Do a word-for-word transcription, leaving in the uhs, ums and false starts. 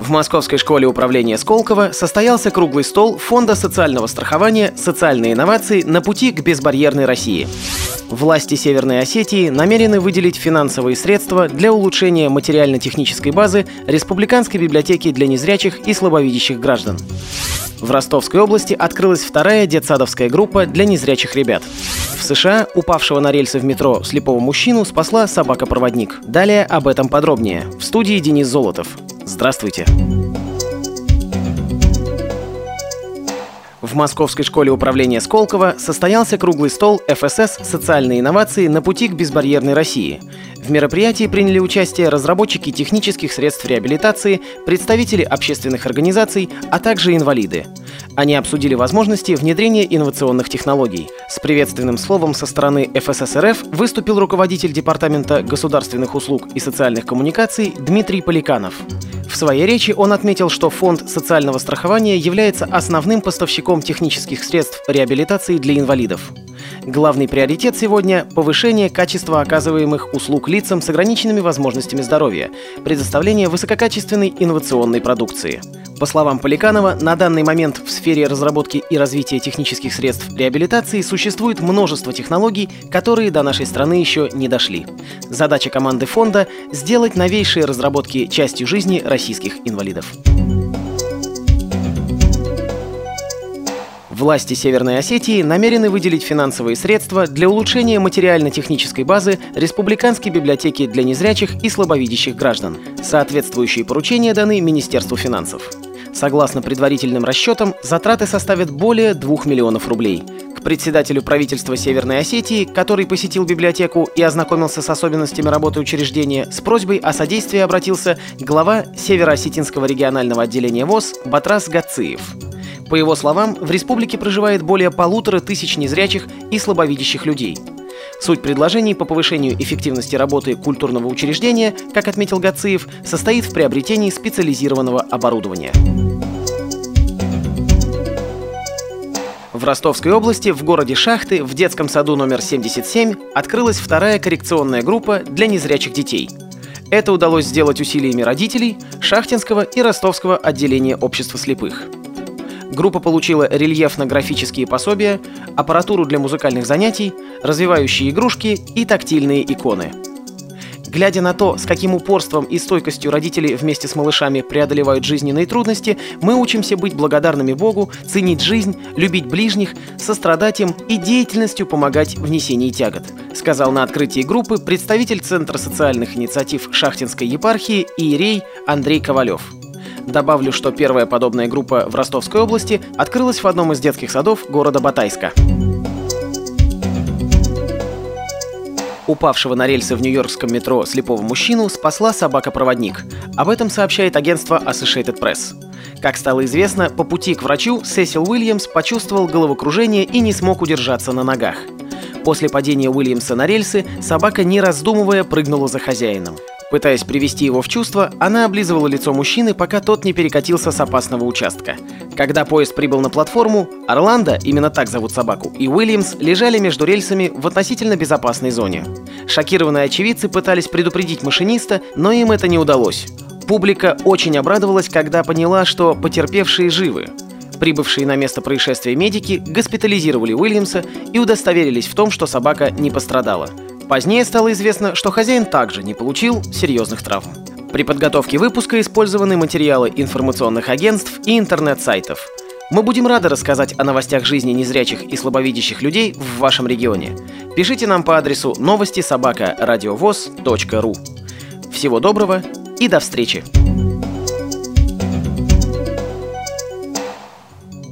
В Московской школе управления Сколково состоялся круглый стол Фонда социального страхования «Социальные инновации на пути к безбарьерной России». Власти Северной Осетии намерены выделить финансовые средства для улучшения материально-технической базы Республиканской библиотеки для незрячих и слабовидящих граждан. В Ростовской области открылась вторая детсадовская группа для незрячих ребят. В США упавшего на рельсы в метро слепого мужчину спасла собака-проводник. Далее об этом подробнее. В студии Денис Золотов. Здравствуйте. В Московской школе управления Сколково состоялся круглый стол эф эс эс «Социальные инновации на пути к безбарьерной России». В мероприятии приняли участие разработчики технических средств реабилитации, представители общественных организаций, а также инвалиды. Они обсудили возможности внедрения инновационных технологий. С приветственным словом со стороны эф эс эс эр эф выступил руководитель Департамента государственных услуг и социальных коммуникаций Дмитрий Поликанов. В своей речи он отметил, что Фонд социального страхования является основным поставщиком технических средств реабилитации для инвалидов. Главный приоритет сегодня – повышение качества оказываемых услуг лицам с ограниченными возможностями здоровья, предоставление высококачественной инновационной продукции. По словам Поликанова, на данный момент в сфере разработки и развития технических средств реабилитации существует множество технологий, которые до нашей страны еще не дошли. Задача команды фонда – сделать новейшие разработки частью жизни российских инвалидов. Власти Северной Осетии намерены выделить финансовые средства для улучшения материально-технической базы Республиканской библиотеки для незрячих и слабовидящих граждан. Соответствующие поручения даны Министерству финансов. Согласно предварительным расчетам, затраты составят более двух миллионов рублей. К председателю правительства Северной Осетии, который посетил библиотеку и ознакомился с особенностями работы учреждения, с просьбой о содействии обратился глава Северо-Осетинского регионального отделения ВОС Батрас Гациев. По его словам, в республике проживает более полутора тысяч незрячих и слабовидящих людей. Суть предложений по повышению эффективности работы культурного учреждения, как отметил Гациев, состоит в приобретении специализированного оборудования. В Ростовской области, в городе Шахты, в детском саду номер семьдесят семь, открылась вторая коррекционная группа для незрячих детей. Это удалось сделать усилиями родителей Шахтинского и Ростовского отделения общества слепых. Группа получила рельефно-графические пособия, аппаратуру для музыкальных занятий, развивающие игрушки и тактильные иконы. Глядя на то, с каким упорством и стойкостью родители вместе с малышами преодолевают жизненные трудности, мы учимся быть благодарными Богу, ценить жизнь, любить ближних, сострадать им и деятельностью помогать в несении тягот, сказал на открытии группы представитель Центра социальных инициатив Шахтинской епархии иерей Андрей Ковалев. Добавлю, что первая подобная группа в Ростовской области открылась в одном из детских садов города Батайска. Упавшего на рельсы в нью-йоркском метро слепого мужчину спасла собака-проводник. Об этом сообщает агентство Associated Press. Как стало известно, по пути к врачу Сесил Уильямс почувствовал головокружение и не смог удержаться на ногах. После падения Уильямса на рельсы собака, не раздумывая, прыгнула за хозяином. Пытаясь привести его в чувство, она облизывала лицо мужчины, пока тот не перекатился с опасного участка. Когда поезд прибыл на платформу, Орландо, именно так зовут собаку, и Уильямс лежали между рельсами в относительно безопасной зоне. Шокированные очевидцы пытались предупредить машиниста, но им это не удалось. Публика очень обрадовалась, когда поняла, что потерпевшие живы. Прибывшие на место происшествия медики госпитализировали Уильямса и удостоверились в том, что собака не пострадала. Позднее стало известно, что хозяин также не получил серьезных травм. При подготовке выпуска использованы материалы информационных агентств и интернет-сайтов. Мы будем рады рассказать о новостях жизни незрячих и слабовидящих людей в вашем регионе. Пишите нам по адресу новости собака радиовоз точка ру. Всего доброго и до встречи!